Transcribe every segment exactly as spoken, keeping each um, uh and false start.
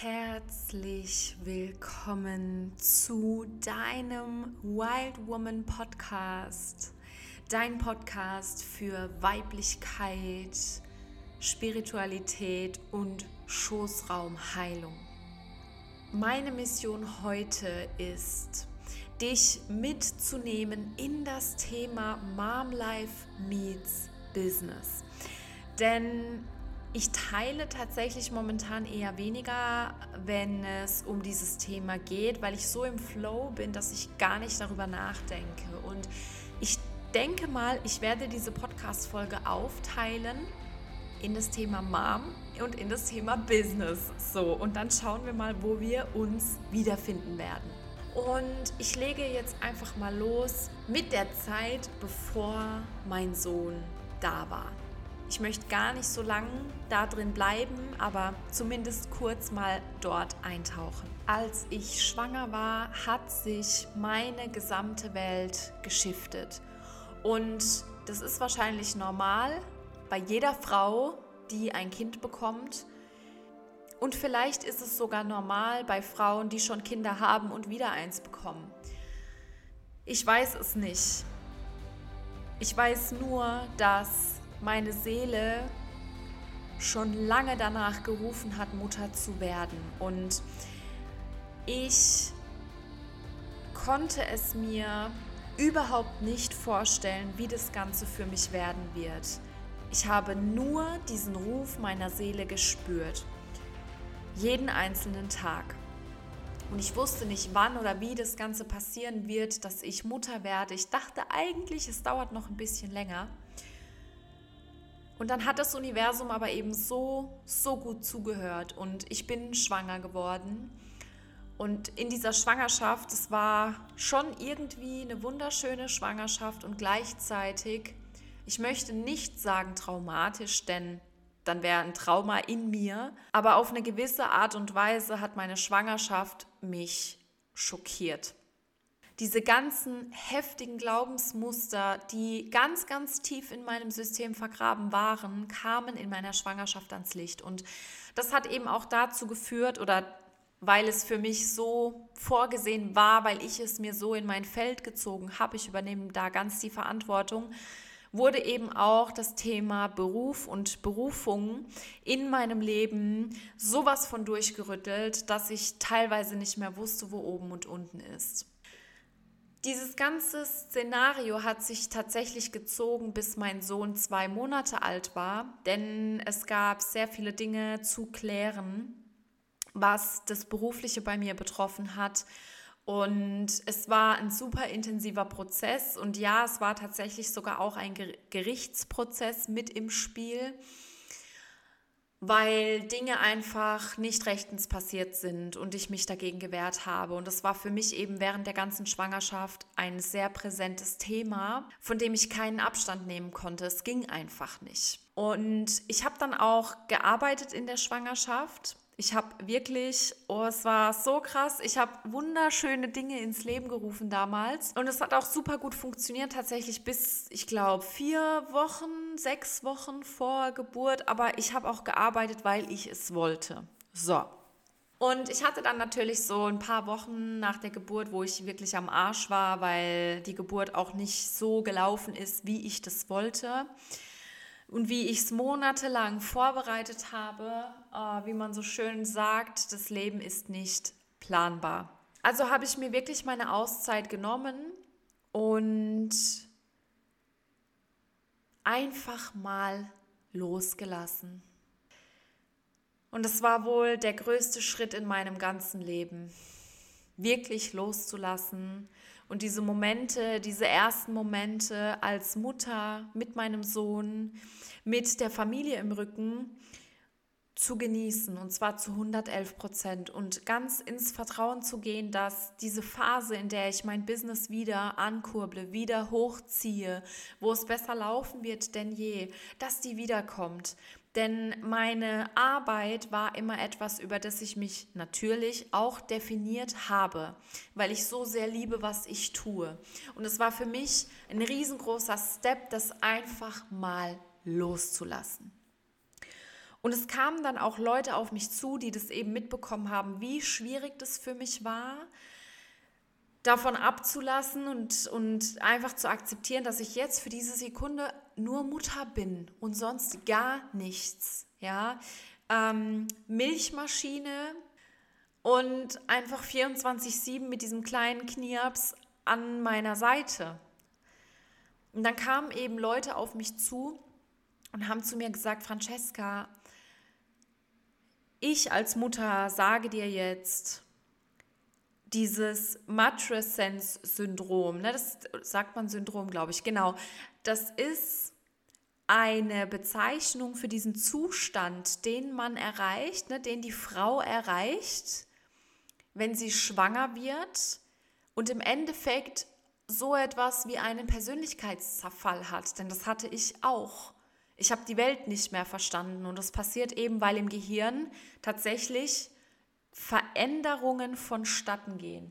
Herzlich willkommen zu deinem Wild Woman Podcast, dein Podcast für Weiblichkeit, Spiritualität und Schoßraumheilung. Meine Mission heute ist, dich mitzunehmen in das Thema Mom Life meets Business. Denn ich teile tatsächlich momentan eher weniger, wenn es um dieses Thema geht, weil ich so im Flow bin, dass ich gar nicht darüber nachdenke. Und ich denke mal, ich werde diese Podcast-Folge aufteilen in das Thema Mom und in das Thema Business. So, und dann schauen wir mal, wo wir uns wiederfinden werden. Und ich lege jetzt einfach mal los mit der Zeit, bevor mein Sohn da war. Ich möchte gar nicht so lange da drin bleiben, aber zumindest kurz mal dort eintauchen. Als ich schwanger war, hat sich meine gesamte Welt geschiftet. Und das ist wahrscheinlich normal bei jeder Frau, die ein Kind bekommt. Und vielleicht ist es sogar normal bei Frauen, die schon Kinder haben und wieder eins bekommen. Ich weiß es nicht. Ich weiß nur, dass meine Seele schon lange danach gerufen hat, Mutter zu werden. Und ich konnte es mir überhaupt nicht vorstellen, wie das Ganze für mich werden wird. Ich habe nur diesen Ruf meiner Seele gespürt. Jeden einzelnen Tag. Und ich wusste nicht, wann oder wie das Ganze passieren wird, dass ich Mutter werde. Ich dachte eigentlich, es dauert noch ein bisschen länger. Und dann hat das Universum aber eben so, so gut zugehört und ich bin schwanger geworden. Und in dieser Schwangerschaft, es war schon irgendwie eine wunderschöne Schwangerschaft und gleichzeitig, ich möchte nicht sagen traumatisch, denn dann wäre ein Trauma in mir, aber auf eine gewisse Art und Weise hat meine Schwangerschaft mich schockiert. Diese ganzen heftigen Glaubensmuster, die ganz, ganz tief in meinem System vergraben waren, kamen in meiner Schwangerschaft ans Licht. Und das hat eben auch dazu geführt, oder weil es für mich so vorgesehen war, weil ich es mir so in mein Feld gezogen habe, ich übernehme da ganz die Verantwortung, wurde eben auch das Thema Beruf und Berufung in meinem Leben sowas von durchgerüttelt, dass ich teilweise nicht mehr wusste, wo oben und unten ist. Dieses ganze Szenario hat sich tatsächlich gezogen, bis mein Sohn zwei Monate alt war, denn es gab sehr viele Dinge zu klären, was das Berufliche bei mir betroffen hat. Und es war ein super intensiver Prozess und ja, es war tatsächlich sogar auch ein Gerichtsprozess mit im Spiel, weil Dinge einfach nicht rechtens passiert sind und ich mich dagegen gewehrt habe. Und das war für mich eben während der ganzen Schwangerschaft ein sehr präsentes Thema, von dem ich keinen Abstand nehmen konnte. Es ging einfach nicht. Und ich habe dann auch gearbeitet in der Schwangerschaft. Ich habe wirklich, oh, es war so krass, ich habe wunderschöne Dinge ins Leben gerufen damals und es hat auch super gut funktioniert, tatsächlich bis, ich glaube, vier Wochen, sechs Wochen vor Geburt, aber ich habe auch gearbeitet, weil ich es wollte. So. Und ich hatte dann natürlich so ein paar Wochen nach der Geburt, wo ich wirklich am Arsch war, weil die Geburt auch nicht so gelaufen ist, wie ich das wollte. Und wie ich es monatelang vorbereitet habe, äh, wie man so schön sagt, das Leben ist nicht planbar. Also habe ich mir wirklich meine Auszeit genommen und einfach mal losgelassen. Und es war wohl der größte Schritt in meinem ganzen Leben, wirklich loszulassen. Und diese Momente, diese ersten Momente als Mutter mit meinem Sohn, mit der Familie im Rücken zu genießen und zwar zu hundertelf Prozent und ganz ins Vertrauen zu gehen, dass diese Phase, in der ich mein Business wieder ankurble, wieder hochziehe, wo es besser laufen wird denn je, dass die wiederkommt. Denn meine Arbeit war immer etwas, über das ich mich natürlich auch definiert habe, weil ich so sehr liebe, was ich tue. Und es war für mich ein riesengroßer Step, das einfach mal loszulassen. Und es kamen dann auch Leute auf mich zu, die das eben mitbekommen haben, wie schwierig das für mich war, davon abzulassen und, und einfach zu akzeptieren, dass ich jetzt für diese Sekunde nur Mutter bin und sonst gar nichts. Ja? Ähm, Milchmaschine und einfach vierundzwanzig sieben mit diesem kleinen Knirps an meiner Seite. Und dann kamen eben Leute auf mich zu und haben zu mir gesagt, Francesca, ich als Mutter sage dir jetzt, dieses Mattress-Sense-Syndrom, ne, das sagt man Syndrom, glaube ich, genau, das ist eine Bezeichnung für diesen Zustand, den man erreicht, ne, den die Frau erreicht, wenn sie schwanger wird und im Endeffekt so etwas wie einen Persönlichkeitszerfall hat, denn das hatte ich auch. Ich habe die Welt nicht mehr verstanden und das passiert eben, weil im Gehirn tatsächlich Veränderungen vonstatten gehen.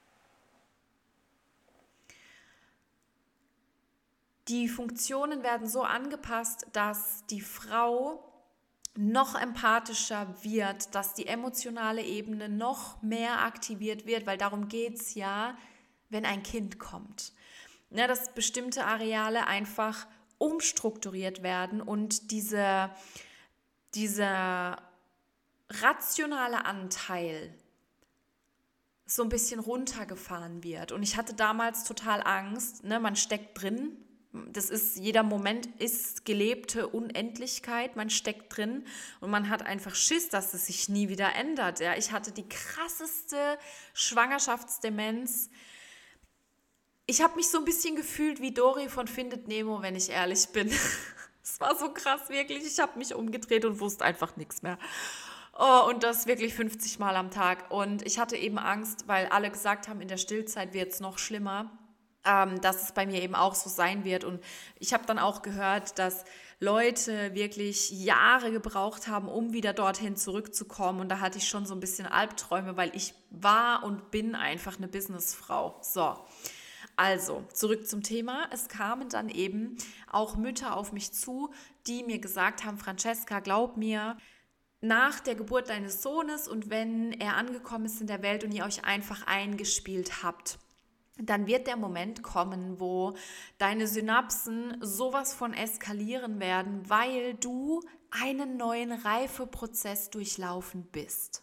Die Funktionen werden so angepasst, dass die Frau noch empathischer wird, dass die emotionale Ebene noch mehr aktiviert wird, weil darum geht es ja, wenn ein Kind kommt. Ja, dass bestimmte Areale einfach umstrukturiert werden und diese, dieser rationale Anteil so ein bisschen runtergefahren wird. Und ich hatte damals total Angst, ne, man steckt drin, das ist, jeder Moment ist gelebte Unendlichkeit, man steckt drin und man hat einfach Schiss, dass es sich nie wieder ändert. Ja, ich hatte die krasseste Schwangerschaftsdemenz. Ich habe mich so ein bisschen gefühlt wie Dory von Findet Nemo, wenn ich ehrlich bin. Es war so krass, wirklich. Ich habe mich umgedreht und wusste einfach nichts mehr. Oh, und das wirklich fünfzig Mal am Tag. Und ich hatte eben Angst, weil alle gesagt haben, in der Stillzeit wird es noch schlimmer, ähm, dass es bei mir eben auch so sein wird. Und ich habe dann auch gehört, dass Leute wirklich Jahre gebraucht haben, um wieder dorthin zurückzukommen. Und da hatte ich schon so ein bisschen Albträume, weil ich war und bin einfach eine Businessfrau. So. Also, zurück zum Thema. Es kamen dann eben auch Mütter auf mich zu, die mir gesagt haben, Francesca, glaub mir, nach der Geburt deines Sohnes und wenn er angekommen ist in der Welt und ihr euch einfach eingespielt habt, dann wird der Moment kommen, wo deine Synapsen sowas von eskalieren werden, weil du einen neuen Reifeprozess durchlaufen bist.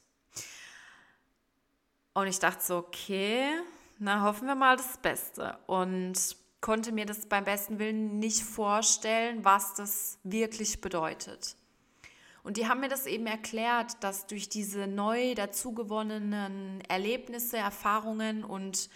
Und ich dachte so, okay, na hoffen wir mal das Beste und konnte mir das beim besten Willen nicht vorstellen, was das wirklich bedeutet. Und die haben mir das eben erklärt, dass durch diese neu dazugewonnenen Erlebnisse, Erfahrungen und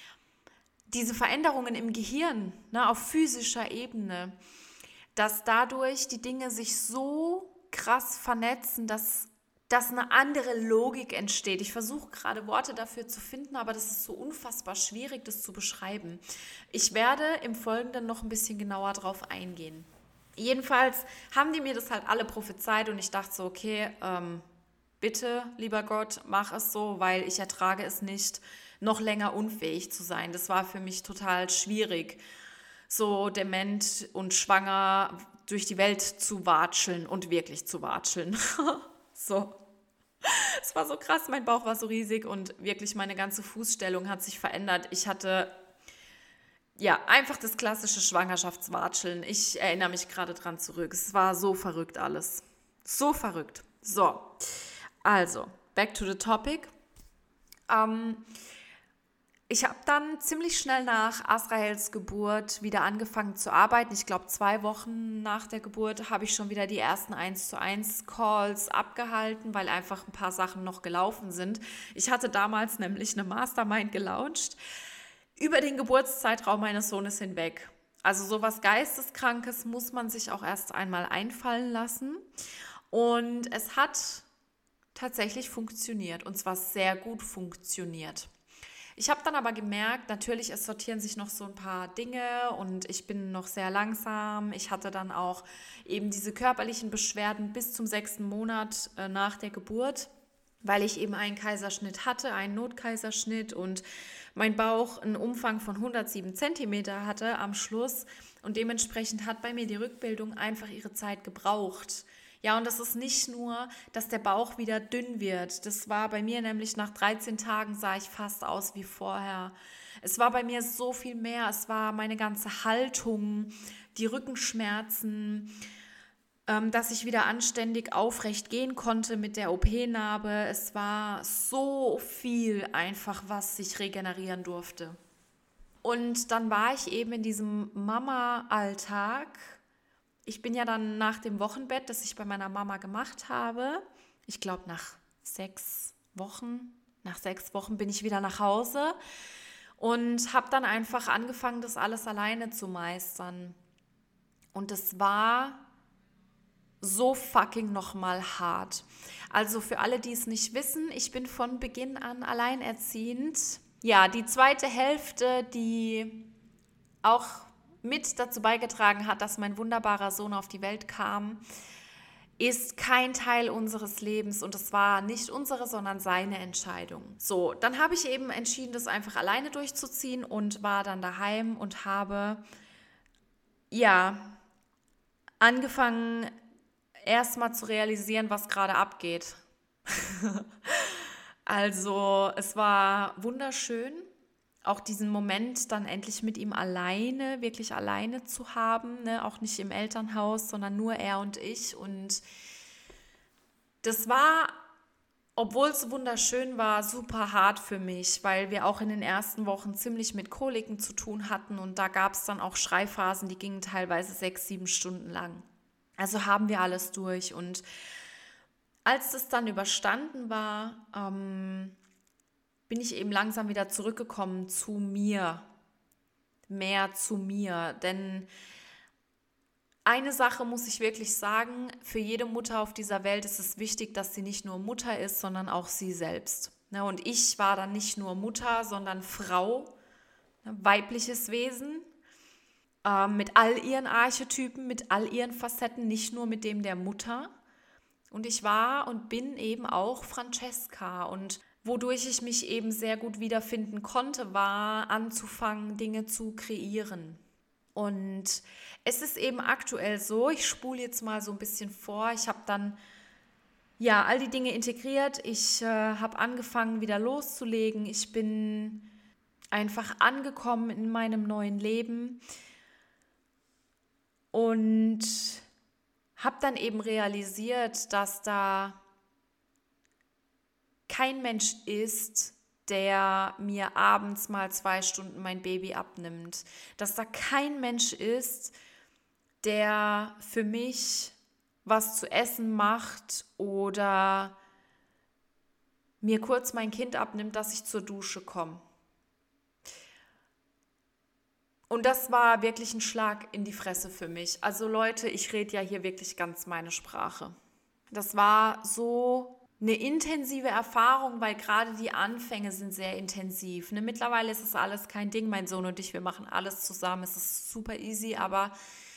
diese Veränderungen im Gehirn, ne, auf physischer Ebene, dass dadurch die Dinge sich so krass vernetzen, dass dass eine andere Logik entsteht. Ich versuche gerade Worte dafür zu finden, aber das ist so unfassbar schwierig, das zu beschreiben. Ich werde im Folgenden noch ein bisschen genauer drauf eingehen. Jedenfalls haben die mir das halt alle prophezeit und ich dachte so, okay, ähm, bitte, lieber Gott, mach es so, weil ich ertrage es nicht, noch länger unfähig zu sein. Das war für mich total schwierig, so dement und schwanger durch die Welt zu watscheln und wirklich zu watscheln. So, es war so krass, mein Bauch war so riesig und wirklich meine ganze Fußstellung hat sich verändert. Ich hatte, ja, einfach das klassische Schwangerschaftswatscheln. Ich erinnere mich gerade dran zurück. Es war so verrückt alles. So verrückt. So, also, back to the topic. Ähm, Ich habe dann ziemlich schnell nach Azraels Geburt wieder angefangen zu arbeiten. Ich glaube, zwei Wochen nach der Geburt habe ich schon wieder die ersten eins zu eins Calls abgehalten, weil einfach ein paar Sachen noch gelaufen sind. Ich hatte damals nämlich eine Mastermind gelauncht über den Geburtszeitraum meines Sohnes hinweg. Also sowas Geisteskrankes muss man sich auch erst einmal einfallen lassen. Und es hat tatsächlich funktioniert und zwar sehr gut funktioniert. Ich habe dann aber gemerkt, natürlich, es sortieren sich noch so ein paar Dinge und ich bin noch sehr langsam. Ich hatte dann auch eben diese körperlichen Beschwerden bis zum sechsten Monat äh, nach der Geburt, weil ich eben einen Kaiserschnitt hatte, einen Notkaiserschnitt und mein Bauch einen Umfang von hundertsieben Zentimeter hatte am Schluss und dementsprechend hat bei mir die Rückbildung einfach ihre Zeit gebraucht. Ja, und das ist nicht nur, dass der Bauch wieder dünn wird. Das war bei mir nämlich nach dreizehn Tagen sah ich fast aus wie vorher. Es war bei mir so viel mehr. Es war meine ganze Haltung, die Rückenschmerzen, ähm, dass ich wieder anständig aufrecht gehen konnte mit der O P-Narbe. Es war so viel einfach, was sich regenerieren durfte. Und dann war ich eben in diesem Mama-Alltag. Ich bin ja dann nach dem Wochenbett, das ich bei meiner Mama gemacht habe, ich glaube nach sechs Wochen, nach sechs Wochen bin ich wieder nach Hause und habe dann einfach angefangen, das alles alleine zu meistern. Und es war so fucking nochmal hart. Also für alle, die es nicht wissen, ich bin von Beginn an alleinerziehend. Ja, die zweite Hälfte, die auch mit dazu beigetragen hat, dass mein wunderbarer Sohn auf die Welt kam, ist kein Teil unseres Lebens und es war nicht unsere, sondern seine Entscheidung. So, dann habe ich eben entschieden, das einfach alleine durchzuziehen und war dann daheim und habe, ja, angefangen, erstmal zu realisieren, was gerade abgeht. Also, es war wunderschön, auch diesen Moment dann endlich mit ihm alleine, wirklich alleine zu haben, ne? Auch nicht im Elternhaus, sondern nur er und ich. Und das war, obwohl es wunderschön war, super hart für mich, weil wir auch in den ersten Wochen ziemlich mit Koliken zu tun hatten und da gab es dann auch Schreiphasen, die gingen teilweise sechs, sieben Stunden lang. Also haben wir alles durch und als das dann überstanden war, ähm, bin ich eben langsam wieder zurückgekommen zu mir, mehr zu mir. Denn eine Sache muss ich wirklich sagen, für jede Mutter auf dieser Welt ist es wichtig, dass sie nicht nur Mutter ist, sondern auch sie selbst. Und ich war dann nicht nur Mutter, sondern Frau, weibliches Wesen, mit all ihren Archetypen, mit all ihren Facetten, nicht nur mit dem der Mutter. Und ich war und bin eben auch Francesca und wodurch ich mich eben sehr gut wiederfinden konnte, war anzufangen, Dinge zu kreieren. Und es ist eben aktuell so, ich spule jetzt mal so ein bisschen vor, ich habe dann ja all die Dinge integriert, ich äh, habe angefangen, wieder loszulegen, ich bin einfach angekommen in meinem neuen Leben und habe dann eben realisiert, dass da kein Mensch ist, der mir abends mal zwei Stunden mein Baby abnimmt. Dass da kein Mensch ist, der für mich was zu essen macht oder mir kurz mein Kind abnimmt, dass ich zur Dusche komme. Und das war wirklich ein Schlag in die Fresse für mich. Also Leute, ich rede ja hier wirklich ganz meine Sprache. Das war so eine intensive Erfahrung, weil gerade die Anfänge sind sehr intensiv. Ne? Mittlerweile ist es alles kein Ding, mein Sohn und ich, wir machen alles zusammen, es ist super easy, aber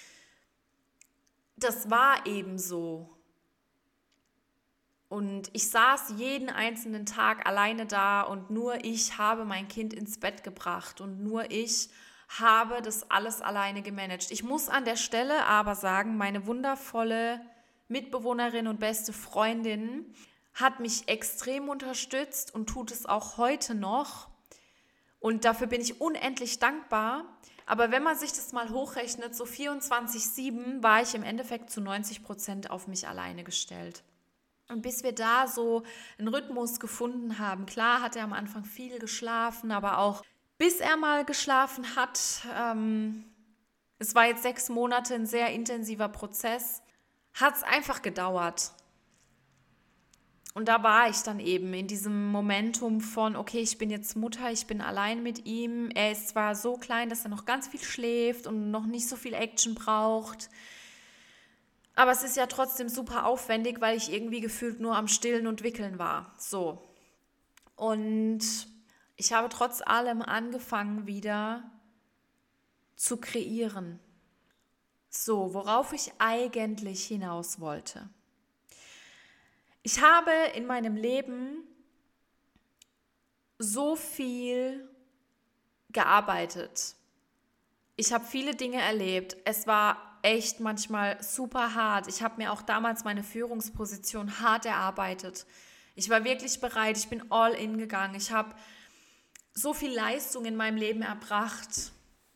das war eben so. Und ich saß jeden einzelnen Tag alleine da und nur ich habe mein Kind ins Bett gebracht und nur ich habe das alles alleine gemanagt. Ich muss an der Stelle aber sagen, meine wundervolle Mitbewohnerin und beste Freundin hat mich extrem unterstützt und tut es auch heute noch. Und dafür bin ich unendlich dankbar. Aber wenn man sich das mal hochrechnet, so vierundzwanzig sieben war ich im Endeffekt zu neunzig Prozent auf mich alleine gestellt. Und bis wir da so einen Rhythmus gefunden haben, klar hat er am Anfang viel geschlafen, aber auch bis er mal geschlafen hat, ähm, es war jetzt sechs Monate ein sehr intensiver Prozess, hat es einfach gedauert. Und da war ich dann eben in diesem Momentum von, okay, ich bin jetzt Mutter, ich bin allein mit ihm. Er ist zwar so klein, dass er noch ganz viel schläft und noch nicht so viel Action braucht, aber es ist ja trotzdem super aufwendig, weil ich irgendwie gefühlt nur am Stillen und Wickeln war. So. Und ich habe trotz allem angefangen wieder zu kreieren. So, worauf ich eigentlich hinaus wollte. Ich habe in meinem Leben so viel gearbeitet. Ich habe viele Dinge erlebt. Es war echt manchmal super hart. Ich habe mir auch damals meine Führungsposition hart erarbeitet. Ich war wirklich bereit, ich bin all in gegangen. Ich habe so viel Leistung in meinem Leben erbracht.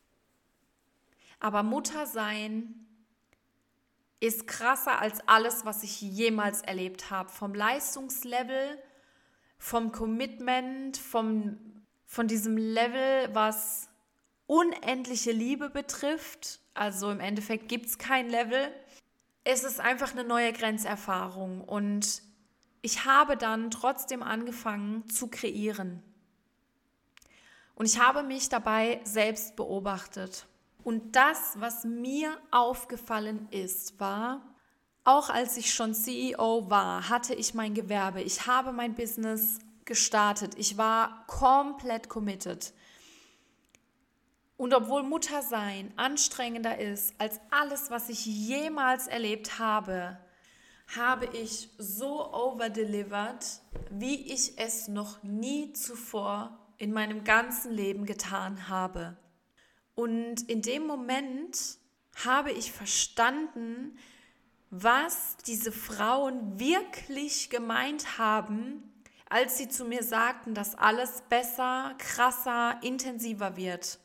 Aber Mutter sein ist krasser als alles, was ich jemals erlebt habe. Vom Leistungslevel, vom Commitment, vom, von diesem Level, was unendliche Liebe betrifft. Also im Endeffekt gibt es kein Level. Es ist einfach eine neue Grenzerfahrung. Und ich habe dann trotzdem angefangen zu kreieren. Und ich habe mich dabei selbst beobachtet. Und das, was mir aufgefallen ist, war, auch als ich schon C E O war, hatte ich mein Gewerbe. Ich habe mein Business gestartet. Ich war komplett committed. Und obwohl Muttersein anstrengender ist als alles, was ich jemals erlebt habe, habe ich so overdelivered, wie ich es noch nie zuvor in meinem ganzen Leben getan habe. Und in dem Moment habe ich verstanden, was diese Frauen wirklich gemeint haben, als sie zu mir sagten, dass alles besser, krasser, intensiver wird.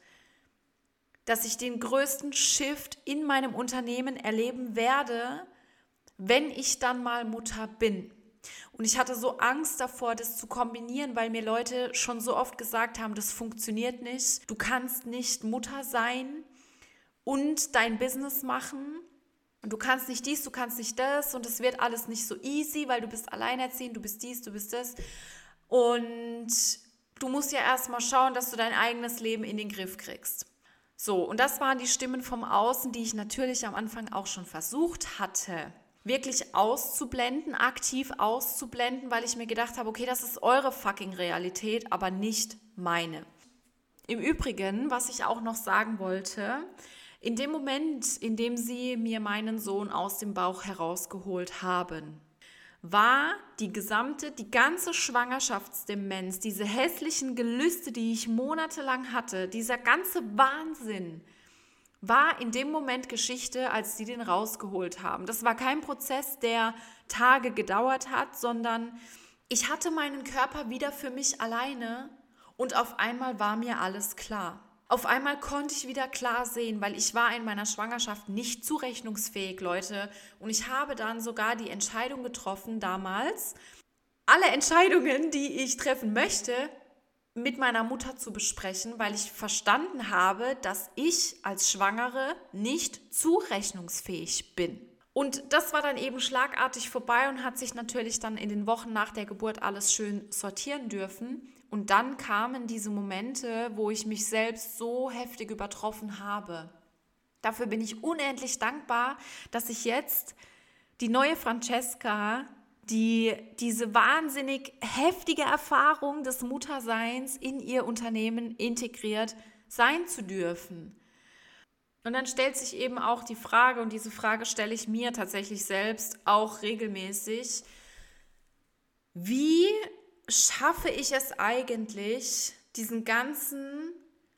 Dass ich den größten Shift in meinem Unternehmen erleben werde, wenn ich dann mal Mutter bin. Und ich hatte so Angst davor, das zu kombinieren, weil mir Leute schon so oft gesagt haben, das funktioniert nicht. Du kannst nicht Mutter sein und dein Business machen. Und du kannst nicht dies, du kannst nicht das. Und es wird alles nicht so easy, weil du bist alleinerziehend, du bist dies, du bist das. Und du musst ja erstmal schauen, dass du dein eigenes Leben in den Griff kriegst. So, und das waren die Stimmen vom Außen, die ich natürlich am Anfang auch schon versucht hatte, wirklich auszublenden, aktiv auszublenden, weil ich mir gedacht habe, okay, das ist eure fucking Realität, aber nicht meine. Im Übrigen, was ich auch noch sagen wollte, in dem Moment, in dem sie mir meinen Sohn aus dem Bauch herausgeholt haben, war die gesamte, die ganze Schwangerschaftsdemenz, diese hässlichen Gelüste, die ich monatelang hatte, dieser ganze Wahnsinn, war in dem Moment Geschichte, als die den rausgeholt haben. Das war kein Prozess, der Tage gedauert hat, sondern ich hatte meinen Körper wieder für mich alleine und auf einmal war mir alles klar. Auf einmal konnte ich wieder klar sehen, weil ich war in meiner Schwangerschaft nicht zurechnungsfähig, Leute. Und ich habe dann sogar die Entscheidung getroffen damals, alle Entscheidungen, die ich treffen möchte, mit meiner Mutter zu besprechen, weil ich verstanden habe, dass ich als Schwangere nicht zurechnungsfähig bin. Und das war dann eben schlagartig vorbei und hat sich natürlich dann in den Wochen nach der Geburt alles schön sortieren dürfen. Und dann kamen diese Momente, wo ich mich selbst so heftig übertroffen habe. Dafür bin ich unendlich dankbar, dass ich jetzt die neue Francesca, die diese wahnsinnig heftige Erfahrung des Mutterseins in ihr Unternehmen integriert, sein zu dürfen. Und dann stellt sich eben auch die Frage, und diese Frage stelle ich mir tatsächlich selbst auch regelmäßig: Wie schaffe ich es eigentlich, diesen ganzen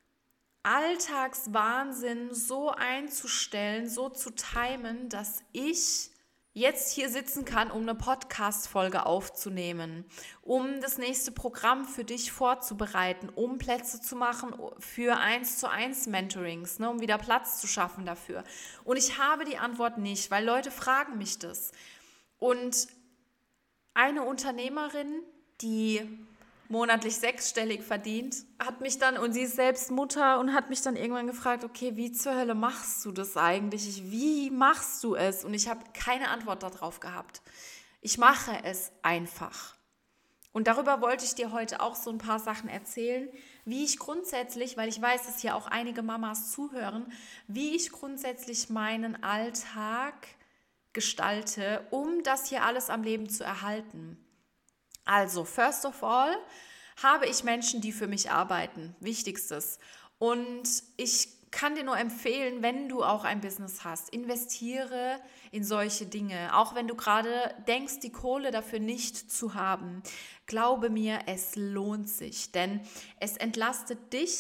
Alltagswahnsinn so einzustellen, so zu timen, dass ich jetzt hier sitzen kann, um eine Podcast-Folge aufzunehmen, um das nächste Programm für dich vorzubereiten, um Plätze zu machen für eins zu eins Mentorings, ne, um wieder Platz zu schaffen dafür. Und ich habe die Antwort nicht, weil Leute fragen mich das. Und eine Unternehmerin, die monatlich sechsstellig verdient, hat mich dann, und sie ist selbst Mutter, und hat mich dann irgendwann gefragt, okay, wie zur Hölle machst du das eigentlich? Wie machst du es? Und ich habe keine Antwort darauf gehabt. Ich mache es einfach. Und darüber wollte ich dir heute auch so ein paar Sachen erzählen, wie ich grundsätzlich, weil ich weiß, dass hier auch einige Mamas zuhören, wie ich grundsätzlich meinen Alltag gestalte, um das hier alles am Leben zu erhalten. Also, first of all, habe ich Menschen, die für mich arbeiten. Wichtigstes. Und ich kann dir nur empfehlen, wenn du auch ein Business hast, investiere in solche Dinge. Auch wenn du gerade denkst, die Kohle dafür nicht zu haben. Glaube mir, es lohnt sich, denn es entlastet dich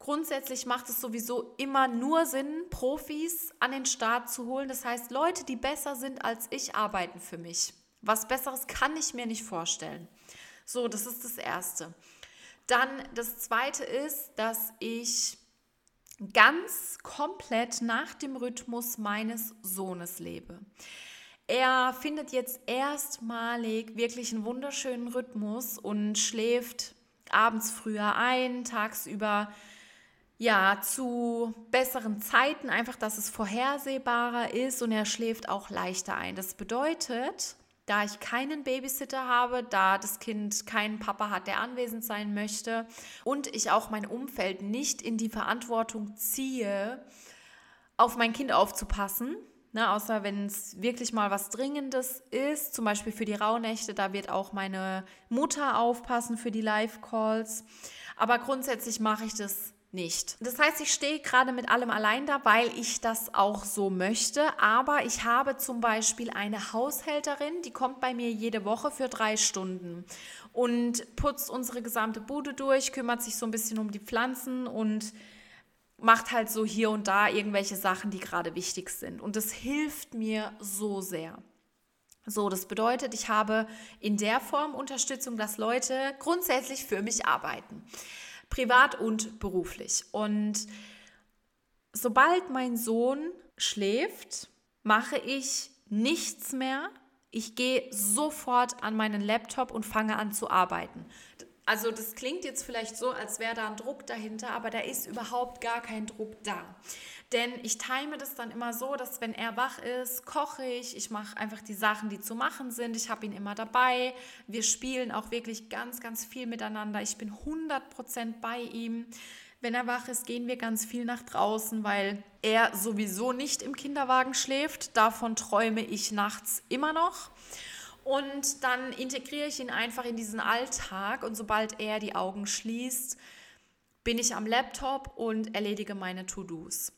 Grundsätzlich macht es sowieso immer nur Sinn, Profis an den Start zu holen. Das heißt, Leute, die besser sind als ich, arbeiten für mich. Was Besseres kann ich mir nicht vorstellen. So, das ist das Erste. Dann das Zweite ist, dass ich ganz komplett nach dem Rhythmus meines Sohnes lebe. Er findet jetzt erstmalig wirklich einen wunderschönen Rhythmus und schläft abends früher ein, tagsüber ja zu besseren Zeiten, einfach, dass es vorhersehbarer ist, und er schläft auch leichter ein. Das bedeutet, da ich keinen Babysitter habe, da das Kind keinen Papa hat, der anwesend sein möchte, und ich auch mein Umfeld nicht in die Verantwortung ziehe, auf mein Kind aufzupassen, ne, außer wenn es wirklich mal was Dringendes ist, zum Beispiel für die Rauhnächte, da wird auch meine Mutter aufpassen für die Live-Calls, aber grundsätzlich mache ich das nicht. Das heißt, ich stehe gerade mit allem allein da, weil ich das auch so möchte, aber ich habe zum Beispiel eine Haushälterin, die kommt bei mir jede Woche für drei Stunden und putzt unsere gesamte Bude durch, kümmert sich so ein bisschen um die Pflanzen und macht halt so hier und da irgendwelche Sachen, die gerade wichtig sind, und das hilft mir so sehr. So, das bedeutet, ich habe in der Form Unterstützung, dass Leute grundsätzlich für mich arbeiten. Privat und beruflich. Und sobald mein Sohn schläft, mache ich nichts mehr. Ich gehe sofort an meinen Laptop und fange an zu arbeiten. Also das klingt jetzt vielleicht so, als wäre da ein Druck dahinter, aber da ist überhaupt gar kein Druck da. Denn ich time das dann immer so, dass wenn er wach ist, koche ich, ich mache einfach die Sachen, die zu machen sind. Ich habe ihn immer dabei. Wir spielen auch wirklich ganz, ganz viel miteinander. Ich bin hundert Prozent bei ihm. Wenn er wach ist, gehen wir ganz viel nach draußen, weil er sowieso nicht im Kinderwagen schläft. Davon träume ich nachts immer noch. Und dann integriere ich ihn einfach in diesen Alltag, und sobald er die Augen schließt, bin ich am Laptop und erledige meine To-Dos.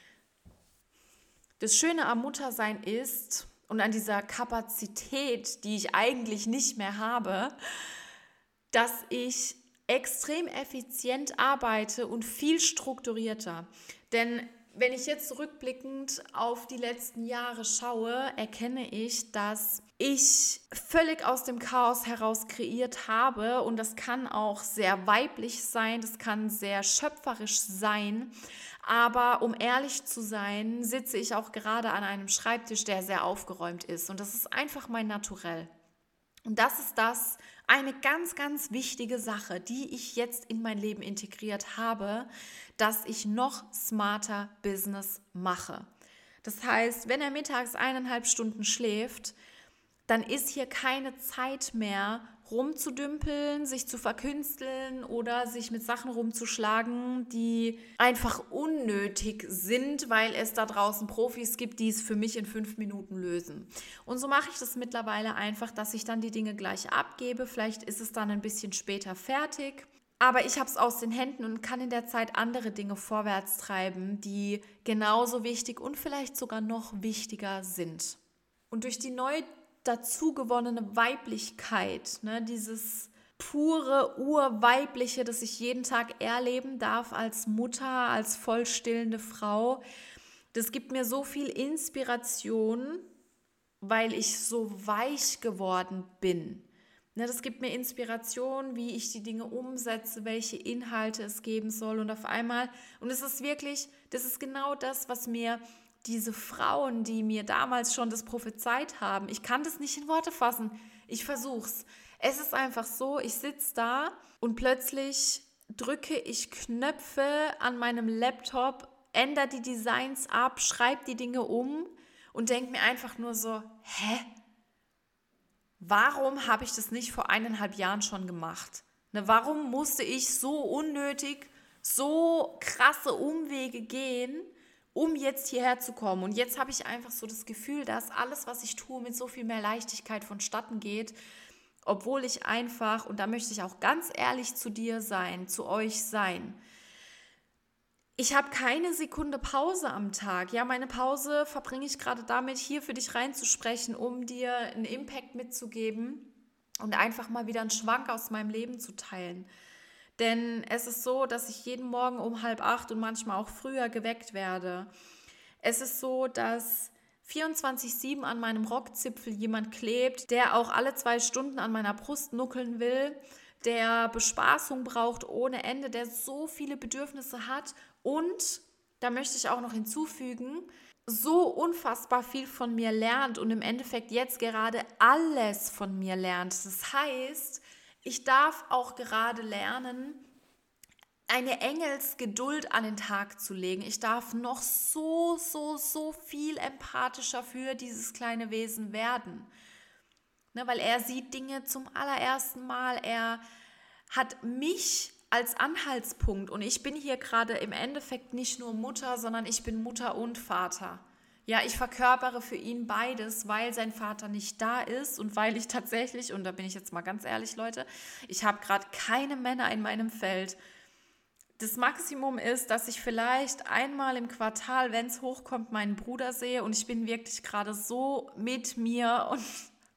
Das Schöne am Muttersein ist, und an dieser Kapazität, die ich eigentlich nicht mehr habe, dass ich extrem effizient arbeite und viel strukturierter. Denn wenn ich jetzt rückblickend auf die letzten Jahre schaue, erkenne ich, dass ich völlig aus dem Chaos heraus kreiert habe, und das kann auch sehr weiblich sein, das kann sehr schöpferisch sein, aber um ehrlich zu sein, sitze ich auch gerade an einem Schreibtisch, der sehr aufgeräumt ist, und das ist einfach mein Naturell. Und das ist das, eine ganz, ganz wichtige Sache, die ich jetzt in mein Leben integriert habe, dass ich noch smarter Business mache. Das heißt, wenn er mittags eineinhalb Stunden schläft, dann ist hier keine Zeit mehr, rumzudümpeln, sich zu verkünsteln oder sich mit Sachen rumzuschlagen, die einfach unnötig sind, weil es da draußen Profis gibt, die es für mich in fünf Minuten lösen. Und so mache ich das mittlerweile einfach, dass ich dann die Dinge gleich abgebe. Vielleicht ist es dann ein bisschen später fertig, aber ich habe es aus den Händen und kann in der Zeit andere Dinge vorwärts treiben, die genauso wichtig und vielleicht sogar noch wichtiger sind. Und durch die neue dazu gewonnene Weiblichkeit, ne, dieses pure Urweibliche, das ich jeden Tag erleben darf als Mutter, als vollstillende Frau, das gibt mir so viel Inspiration, weil ich so weich geworden bin. Ne, das gibt mir Inspiration, wie ich die Dinge umsetze, welche Inhalte es geben soll, und auf einmal, und es ist wirklich, das ist genau das, was mir diese Frauen, die mir damals schon das prophezeit haben, ich kann das nicht in Worte fassen, ich versuch's. Es ist einfach so, ich sitze da und plötzlich drücke ich Knöpfe an meinem Laptop, ändere die Designs ab, schreibe die Dinge um und denke mir einfach nur so, hä? Warum habe ich das nicht vor eineinhalb Jahren schon gemacht? Ne, warum musste ich so unnötig, so krasse Umwege gehen, um jetzt hierher zu kommen? Und jetzt habe ich einfach so das Gefühl, dass alles, was ich tue, mit so viel mehr Leichtigkeit vonstatten geht, obwohl ich einfach, und da möchte ich auch ganz ehrlich zu dir sein, zu euch sein, ich habe keine Sekunde Pause am Tag. Ja, meine Pause verbringe ich gerade damit, hier für dich reinzusprechen, um dir einen Impact mitzugeben und einfach mal wieder einen Schwank aus meinem Leben zu teilen. Denn es ist so, dass ich jeden Morgen um halb acht und manchmal auch früher geweckt werde. Es ist so, dass vierundzwanzig sieben an meinem Rockzipfel jemand klebt, der auch alle zwei Stunden an meiner Brust nuckeln will, der Bespaßung braucht ohne Ende, der so viele Bedürfnisse hat und, da möchte ich auch noch hinzufügen, so unfassbar viel von mir lernt und im Endeffekt jetzt gerade alles von mir lernt. Das heißt, ich darf auch gerade lernen, eine Engelsgeduld an den Tag zu legen. Ich darf noch so, so, so viel empathischer für dieses kleine Wesen werden. Ne, weil er sieht Dinge zum allerersten Mal. Er hat mich als Anhaltspunkt und ich bin hier gerade im Endeffekt nicht nur Mutter, sondern ich bin Mutter und Vater. Ja, ich verkörpere für ihn beides, weil sein Vater nicht da ist und weil ich tatsächlich, und da bin ich jetzt mal ganz ehrlich, Leute, ich habe gerade keine Männer in meinem Feld. Das Maximum ist, dass ich vielleicht einmal im Quartal, wenn es hochkommt, meinen Bruder sehe und ich bin wirklich gerade so mit mir und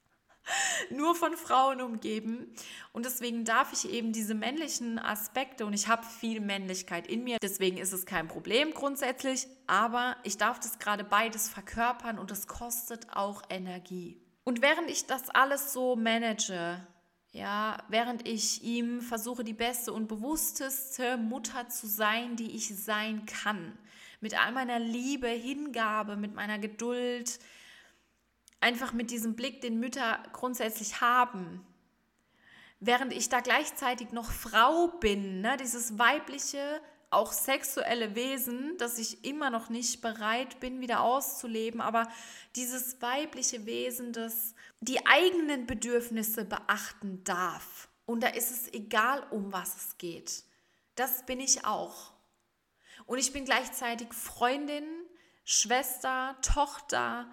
nur von Frauen umgeben und deswegen darf ich eben diese männlichen Aspekte und ich habe viel Männlichkeit in mir, deswegen ist es kein Problem grundsätzlich, aber ich darf das gerade beides verkörpern und es kostet auch Energie. Und während ich das alles so manage, ja, während ich ihm versuche, die beste und bewussteste Mutter zu sein, die ich sein kann, mit all meiner Liebe, Hingabe, mit meiner Geduld, einfach mit diesem Blick, den Mütter grundsätzlich haben, während ich da gleichzeitig noch Frau bin, ne, dieses weibliche, auch sexuelle Wesen, das ich immer noch nicht bereit bin, wieder auszuleben, aber dieses weibliche Wesen, das die eigenen Bedürfnisse beachten darf. Und da ist es egal, um was es geht. Das bin ich auch. Und ich bin gleichzeitig Freundin, Schwester, Tochter,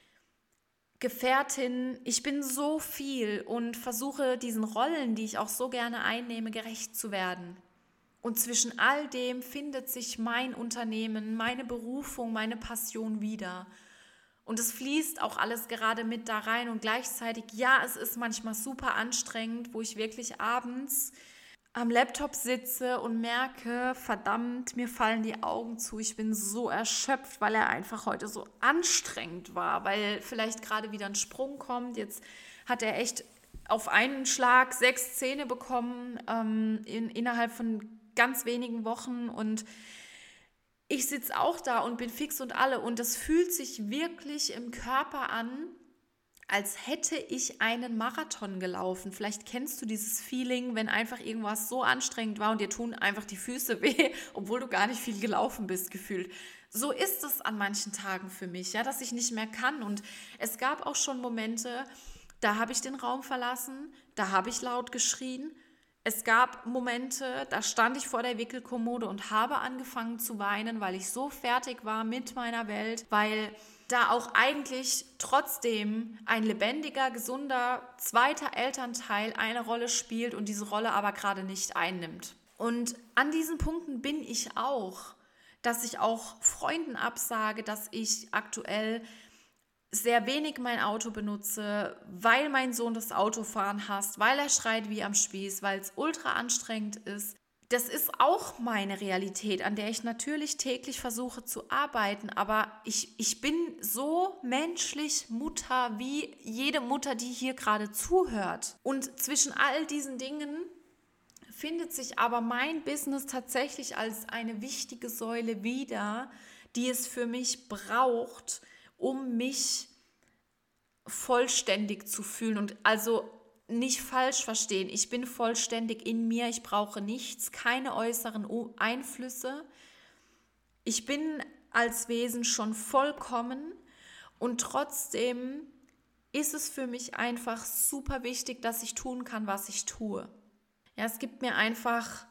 Gefährtin, ich bin so viel und versuche diesen Rollen, die ich auch so gerne einnehme, gerecht zu werden. Und zwischen all dem findet sich mein Unternehmen, meine Berufung, meine Passion wieder. Und es fließt auch alles gerade mit da rein und gleichzeitig, ja, es ist manchmal super anstrengend, wo ich wirklich abends am Laptop sitze und merke, verdammt, mir fallen die Augen zu. Ich bin so erschöpft, weil er einfach heute so anstrengend war, weil vielleicht gerade wieder ein Sprung kommt. Jetzt hat er echt auf einen Schlag sechs Zähne bekommen ähm, in, innerhalb von ganz wenigen Wochen und ich sitze auch da und bin fix und alle und das fühlt sich wirklich im Körper an, als hätte ich einen Marathon gelaufen. Vielleicht kennst du dieses Feeling, wenn einfach irgendwas so anstrengend war und dir tun einfach die Füße weh, obwohl du gar nicht viel gelaufen bist, gefühlt. So ist es an manchen Tagen für mich, ja, dass ich nicht mehr kann. Und es gab auch schon Momente, da habe ich den Raum verlassen, da habe ich laut geschrien. Es gab Momente, da stand ich vor der Wickelkommode und habe angefangen zu weinen, weil ich so fertig war mit meiner Welt, weil da auch eigentlich trotzdem ein lebendiger, gesunder zweiter Elternteil eine Rolle spielt und diese Rolle aber gerade nicht einnimmt. Und an diesen Punkten bin ich auch, dass ich auch Freunden absage, dass ich aktuell sehr wenig mein Auto benutze, weil mein Sohn das Autofahren hasst, weil er schreit wie am Spieß, weil es ultra anstrengend ist. Das ist auch meine Realität, an der ich natürlich täglich versuche zu arbeiten, aber ich, ich bin so menschlich Mutter wie jede Mutter, die hier gerade zuhört. Und zwischen all diesen Dingen findet sich aber mein Business tatsächlich als eine wichtige Säule wieder, die es für mich braucht, um mich vollständig zu fühlen und also nicht falsch verstehen, ich bin vollständig in mir, ich brauche nichts, keine äußeren Einflüsse. Ich bin als Wesen schon vollkommen und trotzdem ist es für mich einfach super wichtig, dass ich tun kann, was ich tue. Ja, es gibt mir einfach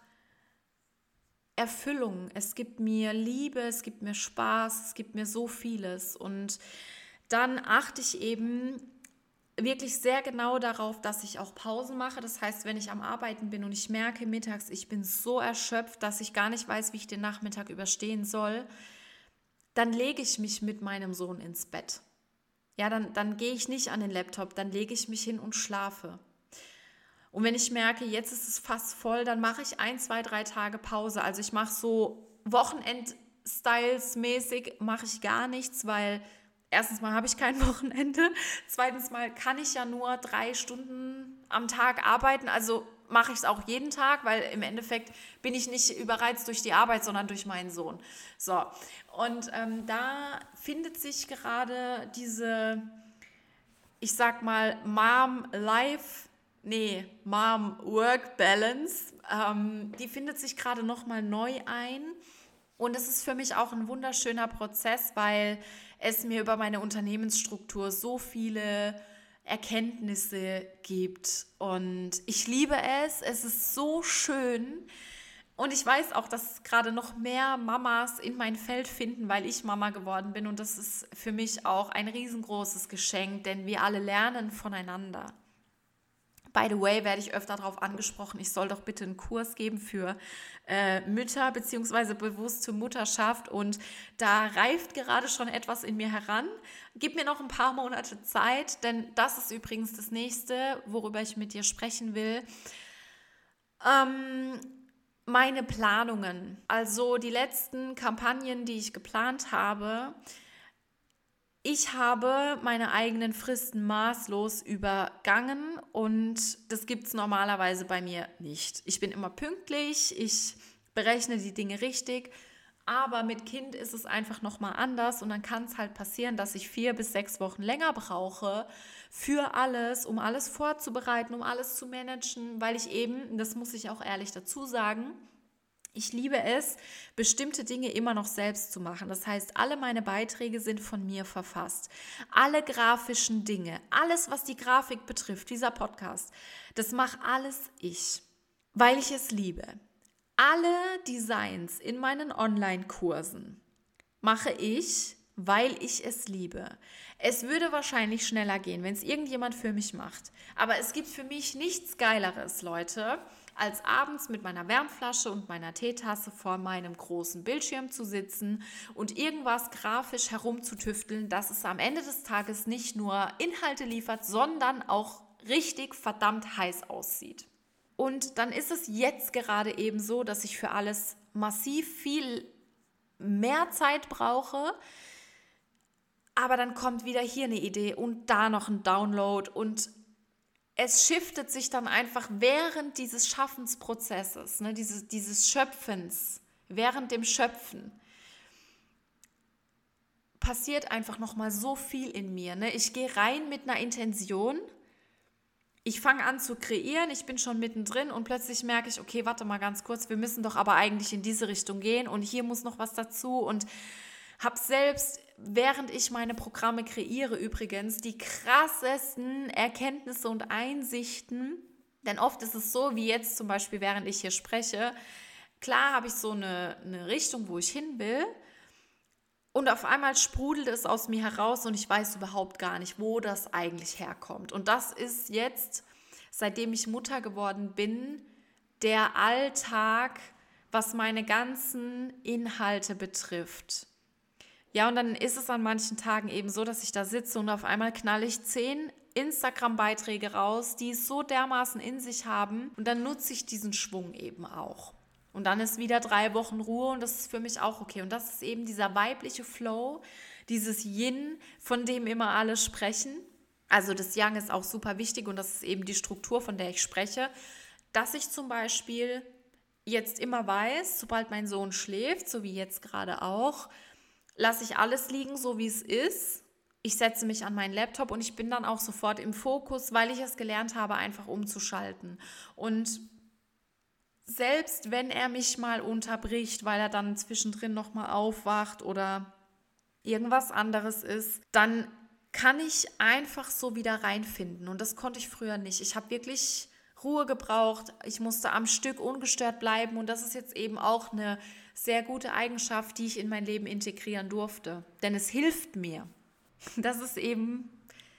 Erfüllung, es gibt mir Liebe, es gibt mir Spaß, es gibt mir so vieles und dann achte ich eben wirklich sehr genau darauf, dass ich auch Pausen mache. Das heißt, wenn ich am Arbeiten bin und ich merke mittags, ich bin so erschöpft, dass ich gar nicht weiß, wie ich den Nachmittag überstehen soll, dann lege ich mich mit meinem Sohn ins Bett. Ja, dann, dann gehe ich nicht an den Laptop, dann lege ich mich hin und schlafe. Und wenn ich merke, jetzt ist es fast voll, dann mache ich ein, zwei, drei Tage Pause. Also ich mache so Wochenend-Styles-mäßig, mache ich gar nichts, weil erstens mal habe ich kein Wochenende. Zweitens mal kann ich ja nur drei Stunden am Tag arbeiten. Also mache ich es auch jeden Tag, weil im Endeffekt bin ich nicht überreizt durch die Arbeit, sondern durch meinen Sohn. So, und ähm, da findet sich gerade diese, ich sag mal, Mom-Life, nee, Mom-Work-Balance, ähm, die findet sich gerade nochmal neu ein. Und es ist für mich auch ein wunderschöner Prozess, weil es mir über meine Unternehmensstruktur so viele Erkenntnisse gibt. Und ich liebe es. Es ist so schön. Und ich weiß auch, dass gerade noch mehr Mamas in mein Feld finden, weil ich Mama geworden bin. Und das ist für mich auch ein riesengroßes Geschenk, denn wir alle lernen voneinander. By the way, werde ich öfter darauf angesprochen, ich soll doch bitte einen Kurs geben für äh, Mütter bzw. bewusste Mutterschaft, und da reift gerade schon etwas in mir heran. Gib mir noch ein paar Monate Zeit, denn das ist übrigens das Nächste, worüber ich mit dir sprechen will. Ähm, meine Planungen, also die letzten Kampagnen, die ich geplant habe. Ich habe meine eigenen Fristen maßlos übergangen und das gibt es normalerweise bei mir nicht. Ich bin immer pünktlich, ich berechne die Dinge richtig, aber mit Kind ist es einfach nochmal anders und dann kann es halt passieren, dass ich vier bis sechs Wochen länger brauche für alles, um alles vorzubereiten, um alles zu managen, weil ich eben, das muss ich auch ehrlich dazu sagen, ich liebe es, bestimmte Dinge immer noch selbst zu machen. Das heißt, alle meine Beiträge sind von mir verfasst. Alle grafischen Dinge, alles, was die Grafik betrifft, dieser Podcast, das mache alles ich, weil ich es liebe. Alle Designs in meinen Online-Kursen mache ich, weil ich es liebe. Es würde wahrscheinlich schneller gehen, wenn es irgendjemand für mich macht. Aber es gibt für mich nichts Geileres, Leute, als abends mit meiner Wärmflasche und meiner Teetasse vor meinem großen Bildschirm zu sitzen und irgendwas grafisch herumzutüfteln, dass es am Ende des Tages nicht nur Inhalte liefert, sondern auch richtig verdammt heiß aussieht. Und dann ist es jetzt gerade eben so, dass ich für alles massiv viel mehr Zeit brauche, aber dann kommt wieder hier eine Idee und da noch ein Download und es shiftet sich dann einfach während dieses Schaffensprozesses, ne, dieses, dieses Schöpfens, während dem Schöpfen, passiert einfach nochmal so viel in mir. Ne? Ich gehe rein mit einer Intention, ich fange an zu kreieren, ich bin schon mittendrin und plötzlich merke ich, okay, warte mal ganz kurz, wir müssen doch aber eigentlich in diese Richtung gehen und hier muss noch was dazu und habe selbst, während ich meine Programme kreiere übrigens, die krassesten Erkenntnisse und Einsichten, denn oft ist es so, wie jetzt zum Beispiel, während ich hier spreche, klar habe ich so eine, eine Richtung, wo ich hin will und auf einmal sprudelt es aus mir heraus und ich weiß überhaupt gar nicht, wo das eigentlich herkommt. Und das ist jetzt, seitdem ich Mutter geworden bin, der Alltag, was meine ganzen Inhalte betrifft. Ja, und dann ist es an manchen Tagen eben so, dass ich da sitze und auf einmal knalle ich zehn Instagram-Beiträge raus, die es so dermaßen in sich haben und dann nutze ich diesen Schwung eben auch. Und dann ist wieder drei Wochen Ruhe und das ist für mich auch okay. Und das ist eben dieser weibliche Flow, dieses Yin, von dem immer alle sprechen. Also das Yang ist auch super wichtig und das ist eben die Struktur, von der ich spreche, dass ich zum Beispiel jetzt immer weiß, sobald mein Sohn schläft, so wie jetzt gerade auch, lasse ich alles liegen, so wie es ist. Ich setze mich an meinen Laptop und ich bin dann auch sofort im Fokus, weil ich es gelernt habe, einfach umzuschalten. Und selbst wenn er mich mal unterbricht, weil er dann zwischendrin nochmal aufwacht oder irgendwas anderes ist, dann kann ich einfach so wieder reinfinden. Und das konnte ich früher nicht. Ich habe wirklich Ruhe gebraucht. Ich musste am Stück ungestört bleiben. Und das ist jetzt eben auch eine sehr gute Eigenschaft, die ich in mein Leben integrieren durfte. Denn es hilft mir. Das ist eben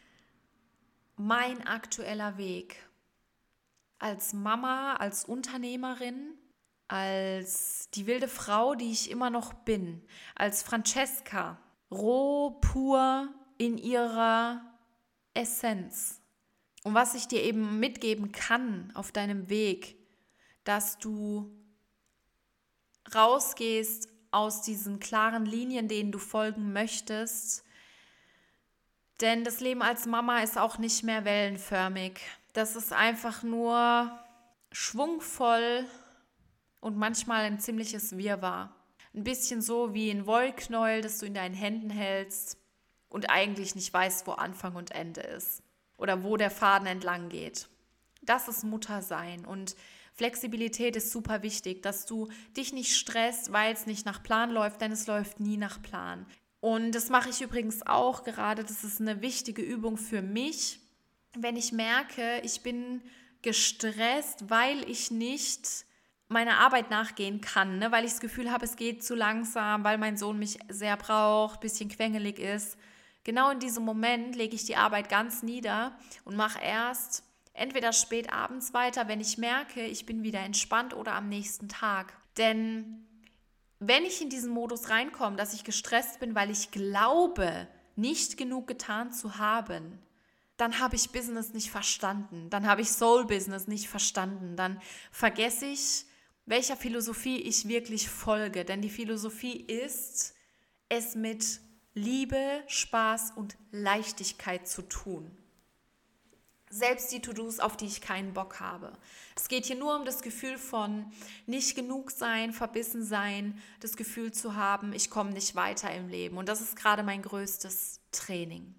mein aktueller Weg. Als Mama, als Unternehmerin, als die wilde Frau, die ich immer noch bin, als Francesca, roh, pur in ihrer Essenz. Und was ich dir eben mitgeben kann auf deinem Weg, dass du rausgehst aus diesen klaren Linien, denen du folgen möchtest. Denn das Leben als Mama ist auch nicht mehr wellenförmig. Das ist einfach nur schwungvoll und manchmal ein ziemliches Wirrwarr. Ein bisschen so wie ein Wollknäuel, das du in deinen Händen hältst und eigentlich nicht weißt, wo Anfang und Ende ist oder wo der Faden entlang geht. Das ist Muttersein und Flexibilität ist super wichtig, dass du dich nicht stresst, weil es nicht nach Plan läuft, denn es läuft nie nach Plan. Und das mache ich übrigens auch gerade, das ist eine wichtige Übung für mich, wenn ich merke, ich bin gestresst, weil ich nicht meiner Arbeit nachgehen kann, ne? Weil ich das Gefühl habe, es geht zu langsam, weil mein Sohn mich sehr braucht, ein bisschen quengelig ist. Genau in diesem Moment lege ich die Arbeit ganz nieder und mache erst entweder spät abends weiter, wenn ich merke, ich bin wieder entspannt oder am nächsten Tag. Denn wenn ich in diesen Modus reinkomme, dass ich gestresst bin, weil ich glaube, nicht genug getan zu haben, dann habe ich Business nicht verstanden. Dann habe ich Soul Business nicht verstanden. Dann vergesse ich, welcher Philosophie ich wirklich folge. Denn die Philosophie ist, es mit Liebe, Spaß und Leichtigkeit zu tun. Selbst die To-Dos, auf die ich keinen Bock habe. Es geht hier nur um das Gefühl von nicht genug sein, verbissen sein, das Gefühl zu haben, ich komme nicht weiter im Leben. Und das ist gerade mein größtes Training.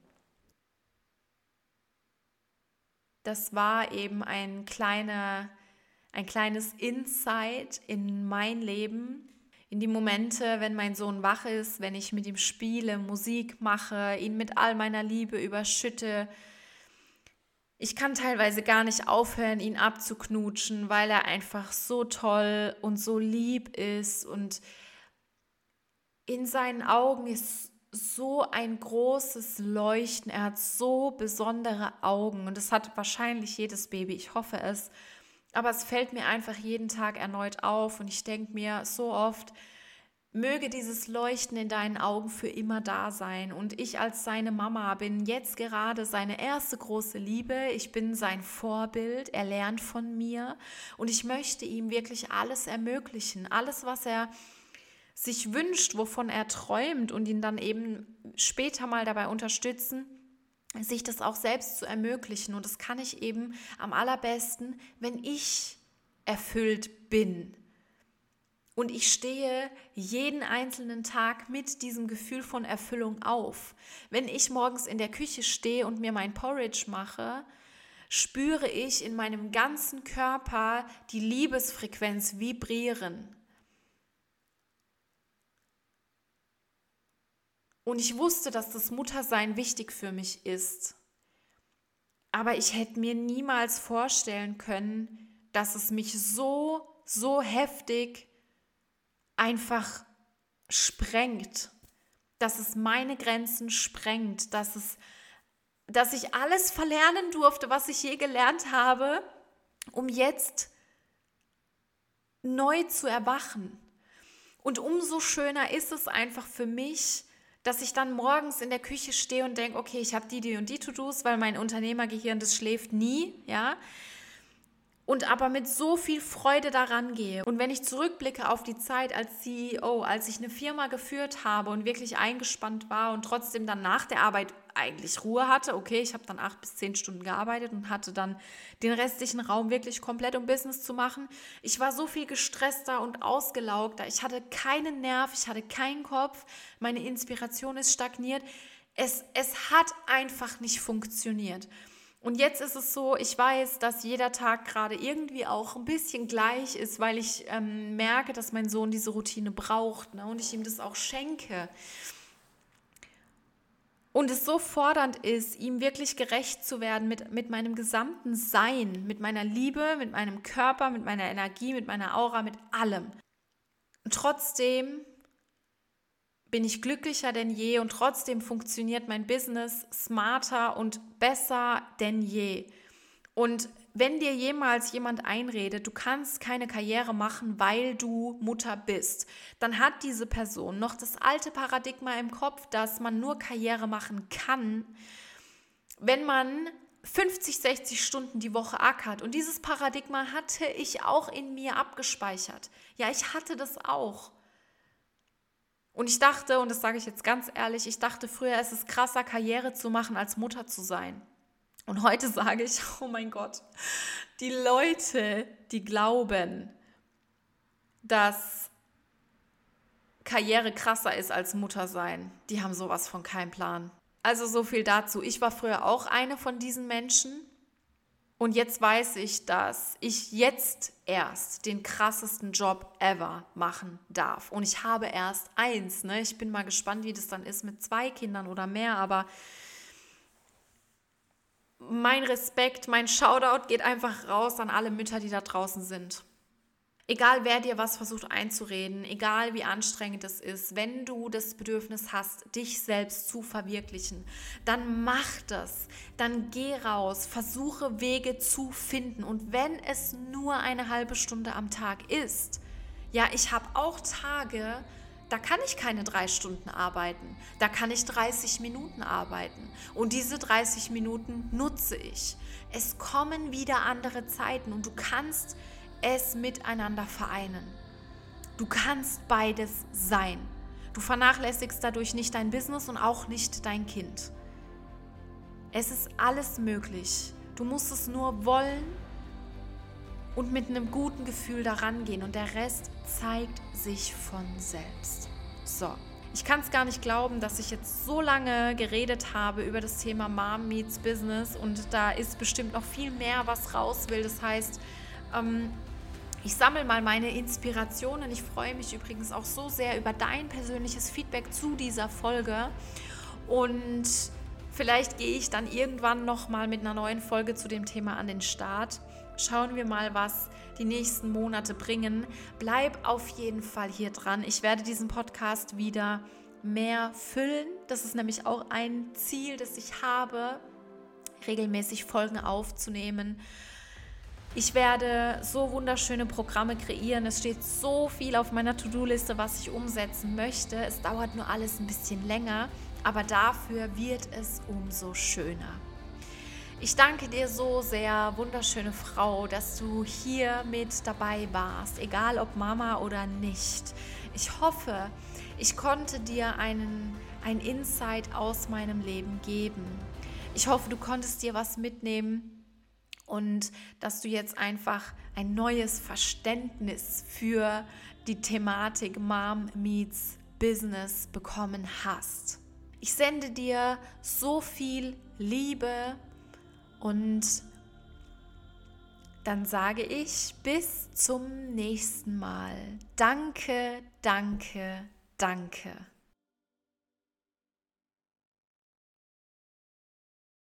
Das war eben ein kleiner, ein kleines Insight in mein Leben, in die Momente, wenn mein Sohn wach ist, wenn ich mit ihm spiele, Musik mache, ihn mit all meiner Liebe überschütte. Ich kann teilweise gar nicht aufhören, ihn abzuknutschen, weil er einfach so toll und so lieb ist. Und in seinen Augen ist so ein großes Leuchten. Er hat so besondere Augen. Und das hat wahrscheinlich jedes Baby, ich hoffe es. Aber es fällt mir einfach jeden Tag erneut auf. Und ich denke mir so oft, möge dieses Leuchten in deinen Augen für immer da sein. Und ich als seine Mama bin jetzt gerade seine erste große Liebe. Ich bin sein Vorbild. Er lernt von mir. Und ich möchte ihm wirklich alles ermöglichen. Alles, was er sich wünscht, wovon er träumt und ihn dann eben später mal dabei unterstützen, sich das auch selbst zu ermöglichen. Und das kann ich eben am allerbesten, wenn ich erfüllt bin. Und ich stehe jeden einzelnen Tag mit diesem Gefühl von Erfüllung auf. Wenn ich morgens in der Küche stehe und mir mein Porridge mache, spüre ich in meinem ganzen Körper die Liebesfrequenz vibrieren. Und ich wusste, dass das Muttersein wichtig für mich ist. Aber ich hätte mir niemals vorstellen können, dass es mich so, so heftig einfach sprengt, dass es meine Grenzen sprengt, dass es, dass ich alles verlernen durfte, was ich je gelernt habe, um jetzt neu zu erwachen. Und umso schöner ist es einfach für mich, dass ich dann morgens in der Küche stehe und denke, okay, ich habe die, die und die To-Dos, weil mein Unternehmergehirn, das schläft nie, ja, und aber mit so viel Freude daran gehe. Und wenn ich zurückblicke auf die Zeit als C E O, als ich eine Firma geführt habe und wirklich eingespannt war und trotzdem dann nach der Arbeit eigentlich Ruhe hatte, okay, ich habe dann acht bis zehn Stunden gearbeitet und hatte dann den restlichen Raum wirklich komplett, um Business zu machen. Ich war so viel gestresster und ausgelaugter. Ich hatte keinen Nerv, ich hatte keinen Kopf. Meine Inspiration ist stagniert. Es, es hat einfach nicht funktioniert. Und jetzt ist es so, ich weiß, dass jeder Tag gerade irgendwie auch ein bisschen gleich ist, weil ich ähm, merke, dass mein Sohn diese Routine braucht, ne, und ich ihm das auch schenke. Und es so fordernd ist, ihm wirklich gerecht zu werden mit, mit meinem gesamten Sein, mit meiner Liebe, mit meinem Körper, mit meiner Energie, mit meiner Aura, mit allem. Und trotzdem bin ich glücklicher denn je und trotzdem funktioniert mein Business smarter und besser denn je. Und wenn dir jemals jemand einredet, du kannst keine Karriere machen, weil du Mutter bist, dann hat diese Person noch das alte Paradigma im Kopf, dass man nur Karriere machen kann, wenn man fünfzig, sechzig Stunden die Woche ackert. Und dieses Paradigma hatte ich auch in mir abgespeichert. Ja, ich hatte das auch. Und ich dachte, und das sage ich jetzt ganz ehrlich, ich dachte früher, es ist krasser, Karriere zu machen, als Mutter zu sein. Und heute sage ich, oh mein Gott, die Leute, die glauben, dass Karriere krasser ist als Mutter sein, die haben sowas von keinem Plan. Also so viel dazu. Ich war früher auch eine von diesen Menschen. Und jetzt weiß ich, dass ich jetzt erst den krassesten Job ever machen darf. Und ich habe erst eins. Ne? Ich bin mal gespannt, wie das dann ist mit zwei Kindern oder mehr. Aber mein Respekt, mein Shoutout geht einfach raus an alle Mütter, die da draußen sind. Egal, wer dir was versucht einzureden, egal wie anstrengend es ist, wenn du das Bedürfnis hast, dich selbst zu verwirklichen, dann mach das, dann geh raus, versuche Wege zu finden und wenn es nur eine halbe Stunde am Tag ist, ja, ich habe auch Tage, da kann ich keine drei Stunden arbeiten, da kann ich dreißig Minuten arbeiten und diese dreißig Minuten nutze ich. Es kommen wieder andere Zeiten und du kannst es miteinander vereinen. Du kannst beides sein. Du vernachlässigst dadurch nicht dein Business und auch nicht dein Kind. Es ist alles möglich. Du musst es nur wollen und mit einem guten Gefühl daran gehen und der Rest zeigt sich von selbst. So, ich kann es gar nicht glauben, dass ich jetzt so lange geredet habe über das Thema Mom meets Business und da ist bestimmt noch viel mehr, was raus will. Das heißt, ähm, ich sammle mal meine Inspirationen. Ich freue mich übrigens auch so sehr über dein persönliches Feedback zu dieser Folge. Und vielleicht gehe ich dann irgendwann nochmal mit einer neuen Folge zu dem Thema an den Start. Schauen wir mal, was die nächsten Monate bringen. Bleib auf jeden Fall hier dran. Ich werde diesen Podcast wieder mehr füllen. Das ist nämlich auch ein Ziel, das ich habe, regelmäßig Folgen aufzunehmen. Ich werde so wunderschöne Programme kreieren. Es steht so viel auf meiner To-Do-Liste, was ich umsetzen möchte. Es dauert nur alles ein bisschen länger, aber dafür wird es umso schöner. Ich danke dir so sehr, wunderschöne Frau, dass du hier mit dabei warst, egal ob Mama oder nicht. Ich hoffe, ich konnte dir einen, ein Insight aus meinem Leben geben. Ich hoffe, du konntest dir was mitnehmen. Und dass du jetzt einfach ein neues Verständnis für die Thematik Mom meets Business bekommen hast. Ich sende dir so viel Liebe und dann sage ich bis zum nächsten Mal. Danke, danke, danke.